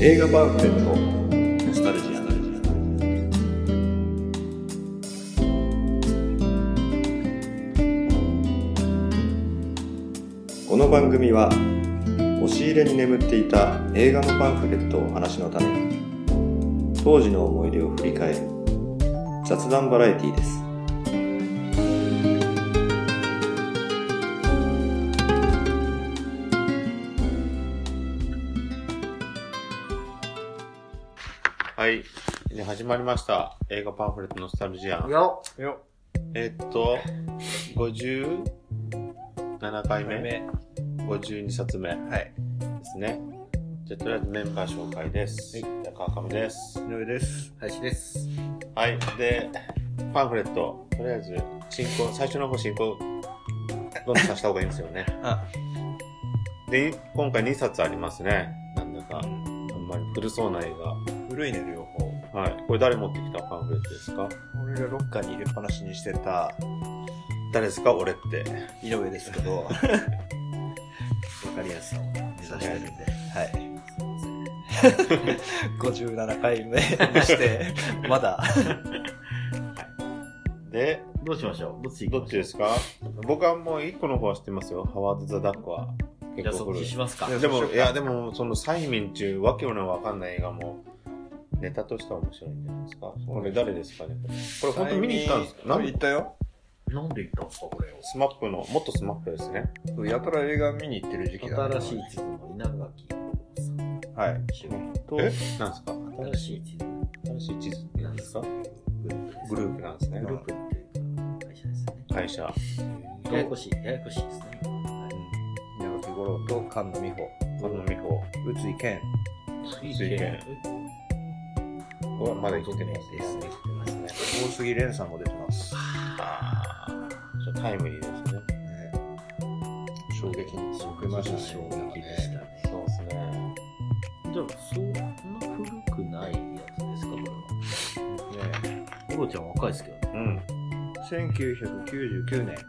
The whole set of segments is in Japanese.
映画パンフレットノスタルジア。この番組は押し入れに眠っていた映画のパンフレットをお話のために当時の思い出を振り返る雑談バラエティです。 はい、で始まりました映画パンフレットノスタルジアン。 よ 57回目52冊目ですね。じゃあとりあえずメンバー紹介です。じゃあ川上です。 井上です。林です。 はい、でパンフレットとりあえず最初の方進行どんどんさせた方がいいんですよね。で今回2冊ありますね。なんだかあんまり古そうな映画。 古いね両方。 はい。これ誰持ってきたパンフレットですか？ 俺がロッカーに入れっぱなしにしてた。 誰ですか？俺って井上ですけど。わかりやすさを目指してるんで。はい。57回目にしてまだ。 でどうしましょう？どっちですか？僕はもう1個の方は知ってますよ。ハワード・ザ・ダックは結構古い。しますか？ でもそのサイミンっていうわけのわかんない映画もネタとしては面白いんじゃないですか。これ誰ですかね？これ本当に見に行ったんですか？ 何行ったよ。 なんで行ったんですかこれを？ スマップの元スマップですね。 やたら映画見に行ってる時期だ。 新しい地図の稲垣さん。 はい。 となんですか？ 新しい地図って何ですか？ グループなんですね。 グループっていう会社ですね。 会社。 ややこしいですね。 稲垣吾郎と菅野美穂。宇津井健。 まだ生きてないですね。 大杉蓮さんも出てます。 タイムリーですね。 衝撃に受けましたね。 衝撃でしたね。 そうですね。 じゃあそんな古くないやつですかこれは？ね。吾郎ちゃん若いですけどね。 1999年。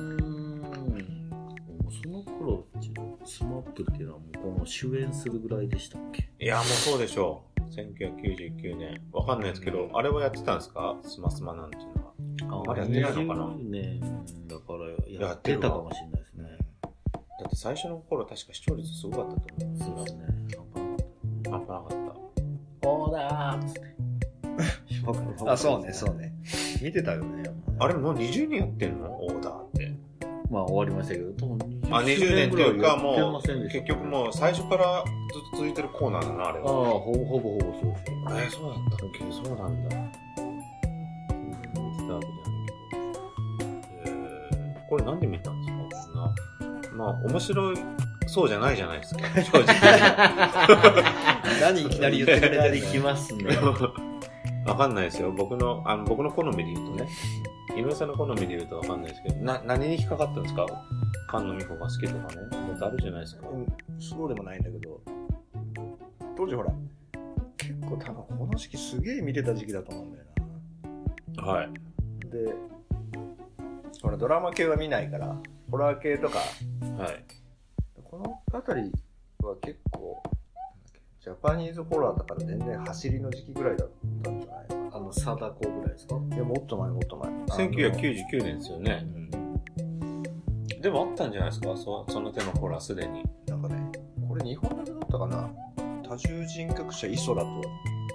その頃スマップっていうのはもうこの主演するぐらいでしたっけ？ いやもうそうでしょう。1999年わかんないですけど、あれはやってたんですか？スマスマなんていうのは。あれやってないのかな？ 年だからやってたかもしれないですね。 だって最初の頃確か視聴率すごかったと思うんですよ。 そうですね。 半端なかった。 オーダーっつって。 そうね。見てたよね。 あれもう20年やってんの？オーダーって。 まあ終わりましたけど、 20年っていうかもう結局もう最初からずっと続いてるコーナーだなあれは。 ほぼそうですよ。 そうだったっけ？そうなんだ。見てたわけじゃないけど。これなんで見たんですか？まあ面白いそうじゃないじゃないですか。正直。 何いきなり言ってくれたりきますね。 わかんないですよ。僕の好みで言うとね。井上さんの好みで言うとわかんないですけど、何に引っかかったんですか？菅野美穂が好きとかね。もっとあるじゃないですか。 そうでもないんだけど、当時ほら、結構多分この時期すげえ見てた時期だと思うんだよな。 はい。 で、ほらドラマ系は見ないから、ホラー系とか、 はい。 このあたりは結構、ジャパニーズホラーだから全然走りの時期ぐらいだったんじゃないかな。 貞子ぐらいですか？ いや、もっと前。 1999年ですよね。でもあったんじゃないですか？その手のホラーすでに。 なんかね、これ日本だけだったかな。多重人格者イソラと。 わ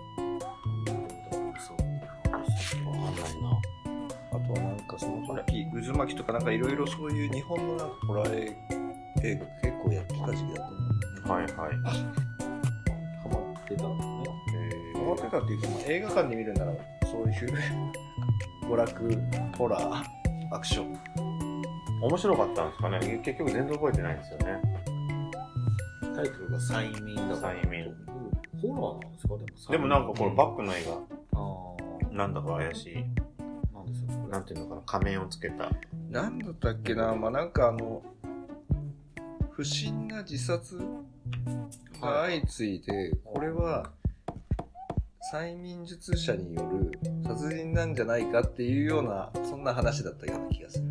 かんないな。 あとはなんかその時渦巻きとかなんかいろいろそういう日本のなんかホラー映画結構やってた時期だと思う。 はいはい。 ハマってたんですね。 ハマってたっていうか、映画館で見るならそういう娯楽、ホラー、アクション。 面白かったんですかね。結局全然覚えてないんですよね。 タイトルが催眠だから。 催眠。 ホラーなんですか？ でもなんかこれバックの映画。なんだか怪しい。 なんですよ。 なんていうのかな、仮面をつけた。 なんだったっけな、なんか不審な自殺が相次いで、これは催眠術者による殺人なんじゃないかっていうような、そんな話だったような気がする。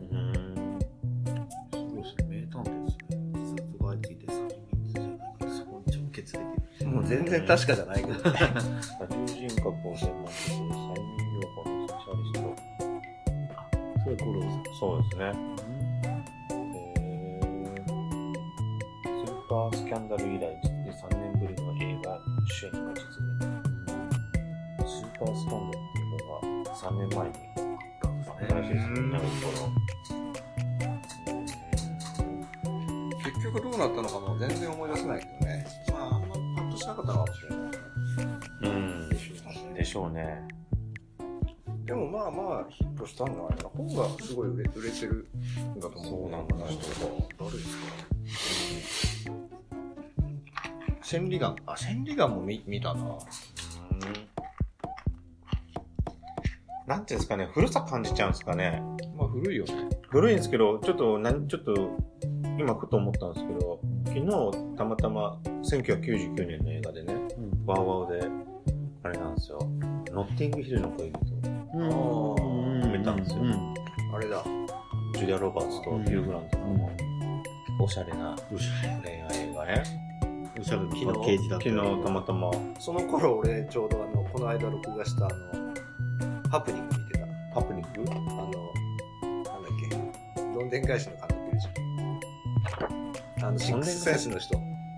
すごいですね。名探偵ですね。自殺が相次いで催眠術じゃないか。そこに直結できる。 全然確かじゃないけどね。 多重人格を専門とする催眠療法のスペシャリスト。 それ五郎さん。 そうですね。スーパースキャンダル以来、実に3年ぶりの映画主演が実現。スーパースキャンダルっていうのが3年前にあったらしいですね。なるほど。 結局どうなったのかも全然思い出せないけどね。まあ、あんまパッとしなかったのかもしれないね。 でしょうね。 でもまあまあヒットしたんじゃないかな。本がすごい売れてるんだと思う。 そうなんだな。 誰ですか？千里眼。あ、千里眼も見たな。 なんていうんですかね、古さ感じちゃうんですかね。 まあ古いよね。 古いんですけど、ちょっと今ふと思ったんですけど、昨日たまたま1999年の映画でね、ワーワーであれなんですよ、ノッティングヒルの恋人見たんですよ。 あれだ。 ジュリア・ロバーツとヒュー・グラントのおしゃれな恋愛映画ね。 おしゃれなパッケージだった。 昨日たまたま。 その頃俺ちょうどこの間録画したハプニング見てた。 ハプニング？ なんだっけ、どんでん返しの監督いるじゃん。シックスセンスの人。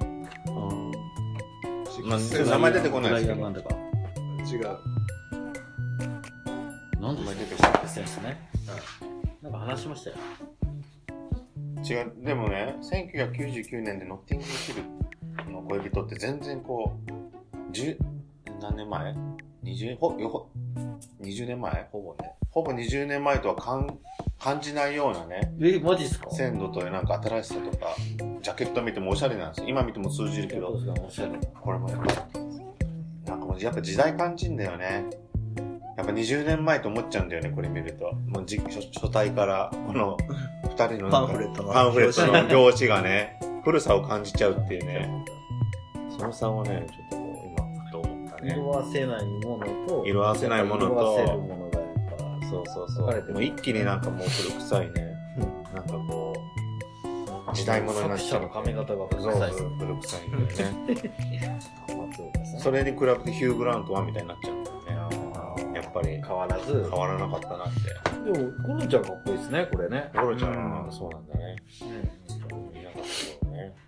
名前出てこないですけど。 なんだか。 違う。 なんで出てきたんですね。なんか話しましたよ。 違う、でもね、1999年でノッティングヒルの恋人って全然こう、何年前 ?20 年前ほぼね。ほぼ20年前とは感じないようなね。 マジっすか？ 鮮度となんか新しさとか、ジャケット見てもおしゃれなんですよ。今見ても通じるけど、これもやっぱ、なんかもうやっぱ時代感じんだよね。やっぱ20年前と思っちゃうんだよね、これ見ると。もう書体からこの2人のパンフレットの表紙がね、古さを感じちゃうっていうね。その差をね、ちょっともう今ふと思ったね。 色あせないものと、 色あせないものと、 色あせるものがやっぱ、 そう。もう一気になんかもう古臭いね。なんかこう、時代物になっちゃう。 作者の髪型が古臭いです。 古臭いんだよね。それに比べてヒュー・グラントはみたいになっちゃうんだよね。やっぱり変わらなかったなって。 でもゴロちゃんかっこいいですね、これね。 ゴロちゃんはそうなんだね。見なかったよね。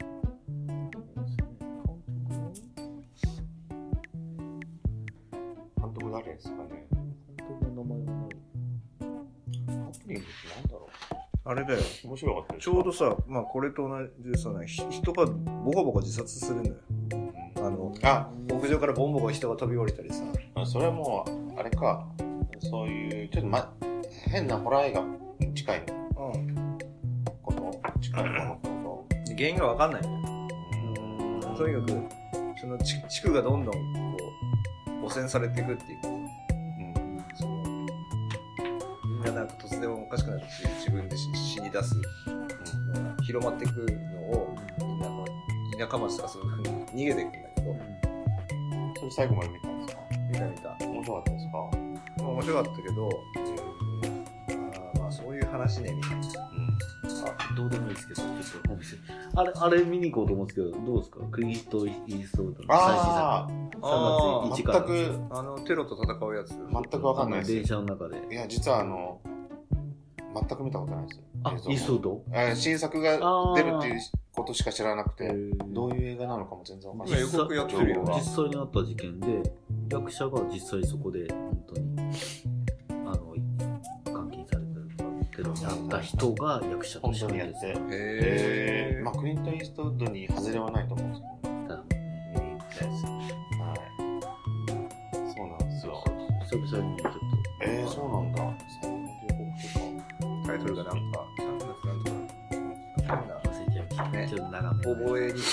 監督誰ですかね。 監督の名前はない。 ハプニングってなんだろう。 あれだよ。 面白かったですちょうどさ、まあこれと同じでさ、人がボコボコ自殺するんだよ。屋上からボンボコ人が飛び降りたりさ。 それはもう、あれか、そういう、ちょっと変なホラー映画に近いこと、近いものってこと。 原因がわかんないのよ。とにかく、その地区がどんどんこう、汚染されていくっていう。みんななんか突然おかしくなって自分で死に出すのが広まっていくのを、みんな田舎町とかそういう風に逃げていくんだけど。 それ最後まで見たんですか？ 見た。 面白かったですか？ 面白かったけど、まあそういう話ね、みたいな。 どうでもいいですけど、ちょっとお店。あれ見に行こうと思うんですけど、どうですか？クリント・イーストウッドの最新作。3月1から。 全く、 テロと戦うやつ。 全くわかんないです。 電車の中で。 いや、実は全く見たことないです。 イーストウッド？ 新作が出るっていうことしか知らなくて、どういう映画なのかも全然わかんない。 予告やってるよ。 実際にあった事件で、役者が実際そこで、本当に、監禁されたテロにあった人が役者としてやって。 まあ、クリント・イーストウッドに外れはないと思うんですけど、 ただ、見に行きたいです。 はい。そうなんですよ。 久々にちょっと。 そうなんだ。最近の予告とか。 タイトルがなんか、3月なんとか。 忘れちゃいましたね。ちょっと長め。 覚えにくい。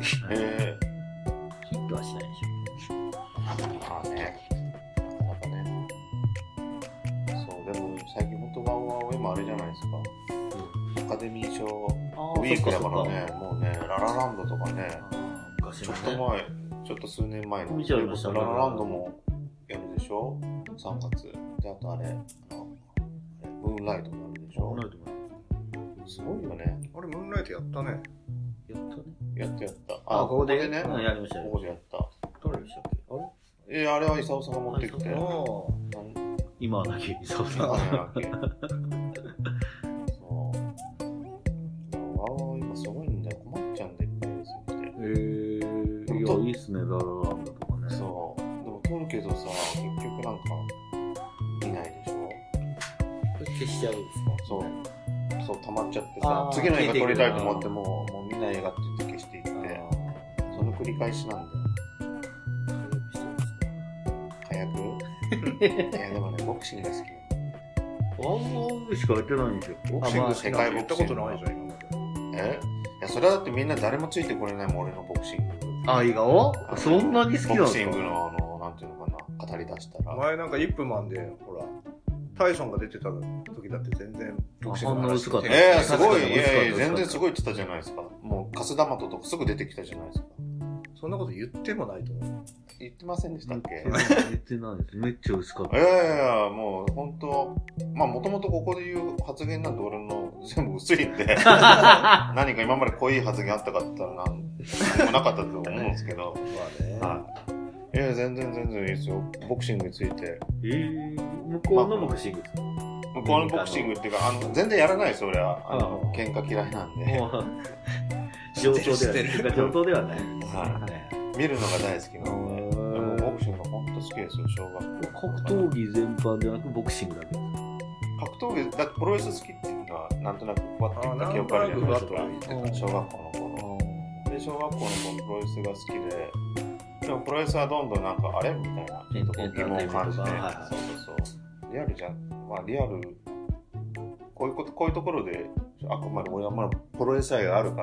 ヒットはしないでしょ。 まあね。なかなかね。そう、でも最近本当ワンワンは今あれじゃないですか。アカデミー賞ウィークだからね、もうね、ララランドとかね、ちょっと数年前のララランドもやるでしょ ?3 月。で、あとあれ、ムーンライトもやるでしょすごいよね。 あれ、ムーンライトやったね。 やったね。 やった。 ここでね。 やりましたよ。 ここでやった。 でしたっけ？あれ？ あれは功さんが持ってきて。 今だけ功さんが。そう。ワウワウ今すごいんだよ。困っちゃうんだよ、プレイすぎて。 いや、いいっすね、ララランドとかね。 そう。でも撮るけどさ、結局なんか、見ないでしょ？ 消しちゃうんですか？ そう。そう、溜まっちゃってさ、次の映画撮りたいと思ってもう見ない映画って言って消していって、その繰り返しなんだよ。早くいやでもね、ボクシングが好き。 ワンワンしかやってないんですよ。 ボクシング世界ボクシング。 やったことないじゃん、今まで。 いや、それはだってみんな誰もついてこれないもん、俺のボクシング。 映画をそんなに好きなんですか？ ボクシングの、なんていうのかな、語り出したら。 前なんかイップマンで、ほら、タイソンが出てた時だって全然ボクシングの話薄かった。 すごい、いや全然すごい言ってたじゃないですか。もう、カスダマトとかすぐ出てきたじゃないですか。 そんなこと言ってもないと思う。 言ってませんでしたっけ？ 言ってないです。めっちゃ薄かった。 いや、もう本当、まあもともとここで言う発言なんて俺の全部薄いんで、何か今まで濃い発言あったかって言ったら何もなかったと思うんですけど、 まあね。 いや、全然いいですよ。ボクシングについて。 向こうのボクシングですか？ 向こうのボクシングっていうか、全然やらないです、俺は。喧嘩嫌いなんで。 上等ではない。 見るのが大好きなので。でもボクシングが本当好きですよ、小学校。 格闘技全般ではなくボクシングだけですか？ 格闘技、だってプロレス好きっていうのは、なんとなくふわって言った記憶あるじゃないですか。小学校の頃。で、小学校の頃プロレスが好きで、でもプロレスはどんどんなんか、あれみたいな、ちょっと疑問を感じて。そう。リアルじゃん。まあ、リアル、こういうところで、あくまで俺はまだプロレス愛があるから、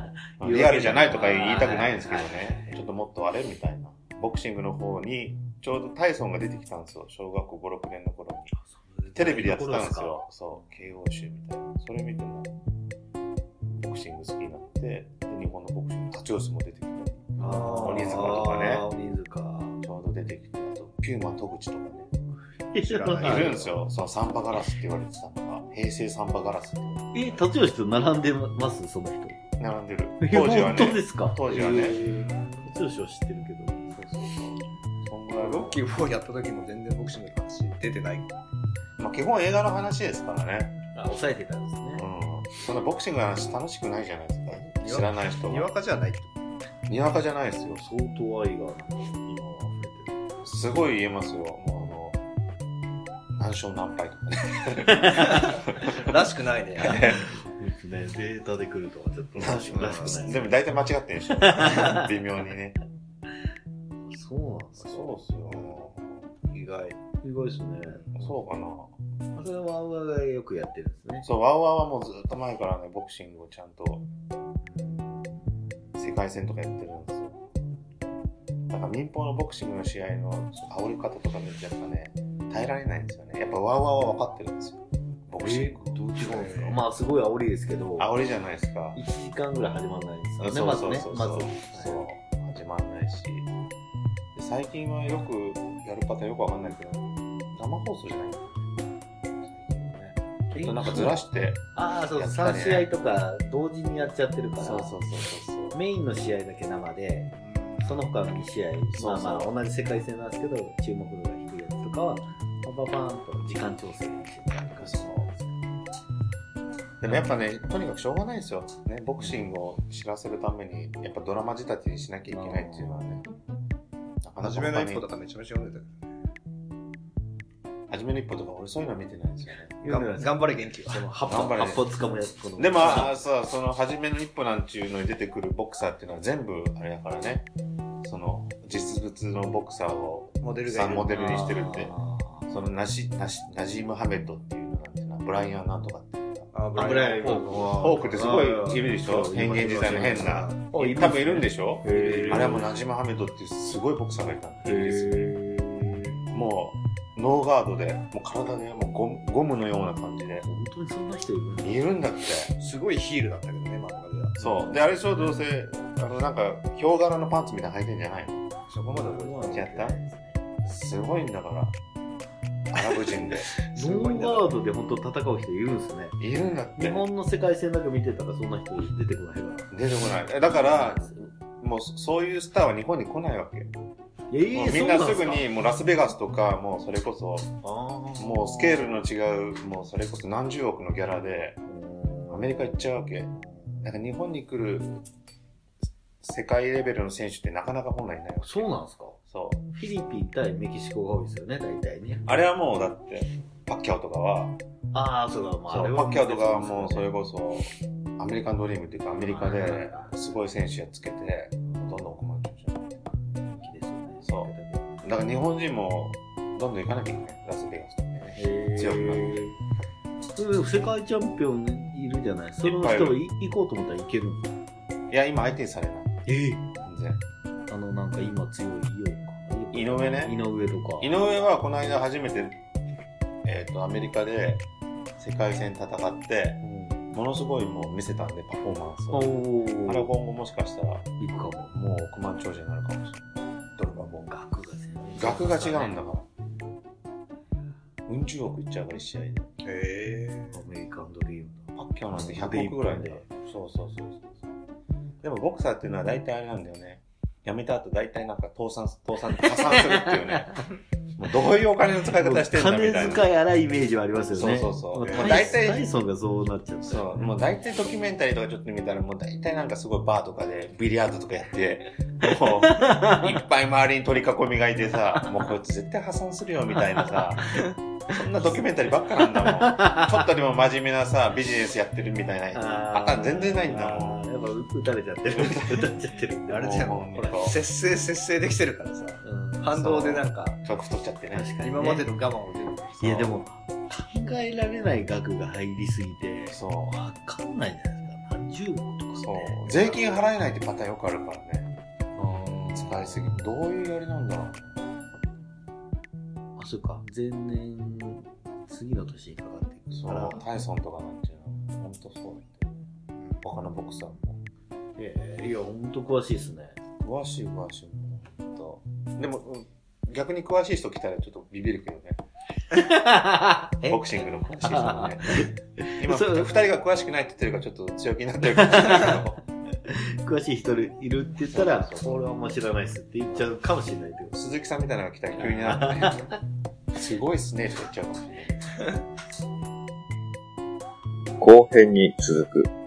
リアルじゃないとか言いたくないんですけどね、ちょっともっとあれみたいな。ボクシングの方に、ちょうどタイソンが出てきたんですよ、小学校5、6年の頃に。テレビでやってたんですよ。そう、KO集みたいな。それ見ても、ボクシング好きになって、で日本のボクシング、タチオスも出てきたり、鬼塚とかね、ちょうど出てきて、あと、ピューマ戸口とかね。いるんですよ。そのサンバガラスって言われてたのが、平成サンバガラスって。 タチヨシと並んでますその人？ 並んでる。当時はね。 本当ですか？ 当時はね。 タチヨシは知ってるけど。 そう。そんぐらい。 ロッキー4やった時も全然ボクシングの話出てない。 まあ基本映画の話ですからね。 抑えてたんですね。 そんなボクシングの話楽しくないじゃないですか。知らない人は。 にわかじゃない。 にわかじゃないですよ。 相当愛が今は溢れてる。すごい言えますよ。もう何勝何敗とかね。 らしくないね。 ですね。データで来るとはちょっとらしくない。 でも大体間違ってんでしょ。微妙にね。 そうなんですか？ そうっすよ。 意外ですね。そうかな。 それはワウワウがよくやってるんですね。 そう、ワウワウはもうずっと前からね、ボクシングをちゃんと世界戦とかやってるんですよ。だから民放のボクシングの試合の煽り方とか見るとやっぱね、耐えられないんですよね。やっぱワウワウは分かってるんですよ。ボクシング。 どう違うんですか？まあすごい煽りですけど。 煽りじゃないですか。 1時間ぐらい始まらないですよね。 そうまずね。 そう、始まんないし。最近はよくやるパターンよくわかんないけど、生放送じゃないんだよ。ちょっとなんかずらして。 そう、3試合とか同時にやっちゃってるから。 そう。 メインの試合だけ生で、その他の2試合、まあ同じ世界戦なんですけど、注目度が低いやつとかは、パパーンと時間調整にしてたりとか。 でもやっぱね、とにかくしょうがないですよ。ね、ボクシングを知らせるために、やっぱドラマ仕立てにしなきゃいけないっていうのはね。 初めの一歩とかめちゃめちゃ読んでたけどね。 初めの一歩とか俺そういうのは見てないんですよね。 頑張れ元気は。 その8本掴むやつ。 でもその初めの一歩なんちゅうのに出てくるボクサーっていうのは全部あれだからね。その実物のボクサーをモデルにしてるって。そのナジーム・ハメットっていうのなんていうのはブライアンなんとかっていうの。 ブライアン・フォークってすごいいるでしょ。変幻自在の変な。多分いるんでしょ。あれはもうナジーム・ハメットっていうすごいボクサーがいたんですよ。もうノーガードで、もう体でもうゴムのような感じで。 本当にそんな人いるんだって。 すごいヒールだったけどね、漫画では。 そう。で、あれでしょ、どうせ、なんか、ヒョウ柄のパンツみたいなの履いてんじゃないの？ そこまで覚えてやったすごいんだから。アラブ人で。 ノーガードで本当戦う人いるんですね。 いるんだって。 日本の世界戦だけ見てたらそんな人出てこないから。 出てこない。だから、もうそういうスターは日本に来ないわけ。 もうみんなすぐにもうラスベガスとかもうそれこそもうスケールの違うもうそれこそ何十億のギャラでアメリカ行っちゃうわけ。なんか日本に来る世界レベルの選手ってなかなか本来いないわけ。 そうなんですか。 そうフィリピン対メキシコが多いですよね、大体ね。 あれはもうだってパッキャオとかはそうだ、まあ、 そうパッキャオとかはもうそれこそアメリカンドリームっていうかアメリカですごい選手やっつけてどんどん億万長者になって人気ですよね。 そうだから日本人もどんどん行かなきゃいけないラスベガスとかね強くなる。 世界チャンピオンいるじゃない。その人は行こうと思ったらいけるんですか。 いや今相手にされない。全然。 なんか今強い井上ね。 井上とか。 井上はこの間初めてアメリカで世界戦戦ってものすごいもう見せたんでパフォーマンスを。あれは今後もしかしたら行くかも。 もう億万長者になるかもしれない。ドルがもう額が違うんだから。うん十億いっちゃうから1試合で。 アメリカンドリームパッキャオなんて100億ぐらいで。そう。でもボクサーっていうのは大体あれなんだよね。辞めた後大体なんか倒産破産するっていうね。もうどういうお金の使い方してんだみたいな。 金遣い荒いイメージはありますよね。 そう。 大体タイソンがそうなっちゃった。 そう。もう大体ドキュメンタリーとかちょっと見たらもう大体なんかすごいバーとかでビリヤードとかやって、もういっぱい周りに取り囲みがいてさ、もうこいつ絶対破産するよみたいなさ。そんなドキュメンタリーばっかなんだもん。ちょっとでも真面目なさ、ビジネスやってるみたいな。全然ないんだもん。 やっぱ打たれちゃってる。 あれじゃん、ほら、節制できてるからさ。反動でなんか、 ちょっと太っちゃってね。 今までの我慢を全部。 いやでも、考えられない額が入りすぎて、わかんないじゃないですか。何十億とか。 そう。税金払えないってパターンよくあるからね。使いすぎ。どういうやりなんだろう。 そうか、前年、次の年にかかっていくから。 タイソンとかなんていうのは、ほんとそうだって。他のボクサーも。 いや、ほんと詳しいですね。 詳しい。ほんと。でも、逆に詳しい人来たらちょっとビビるけどね。ボクシングの詳しい人もね。今、二人が詳しくないって言ってるからちょっと強気になってるかもしれないけど。 詳しい人いるって言ったら、俺はもう知らないっすって言っちゃうかもしれないけど。 鈴木さんみたいなのが来たら急になって、すごいっすねって言っちゃうかもしれない。 後編に続く。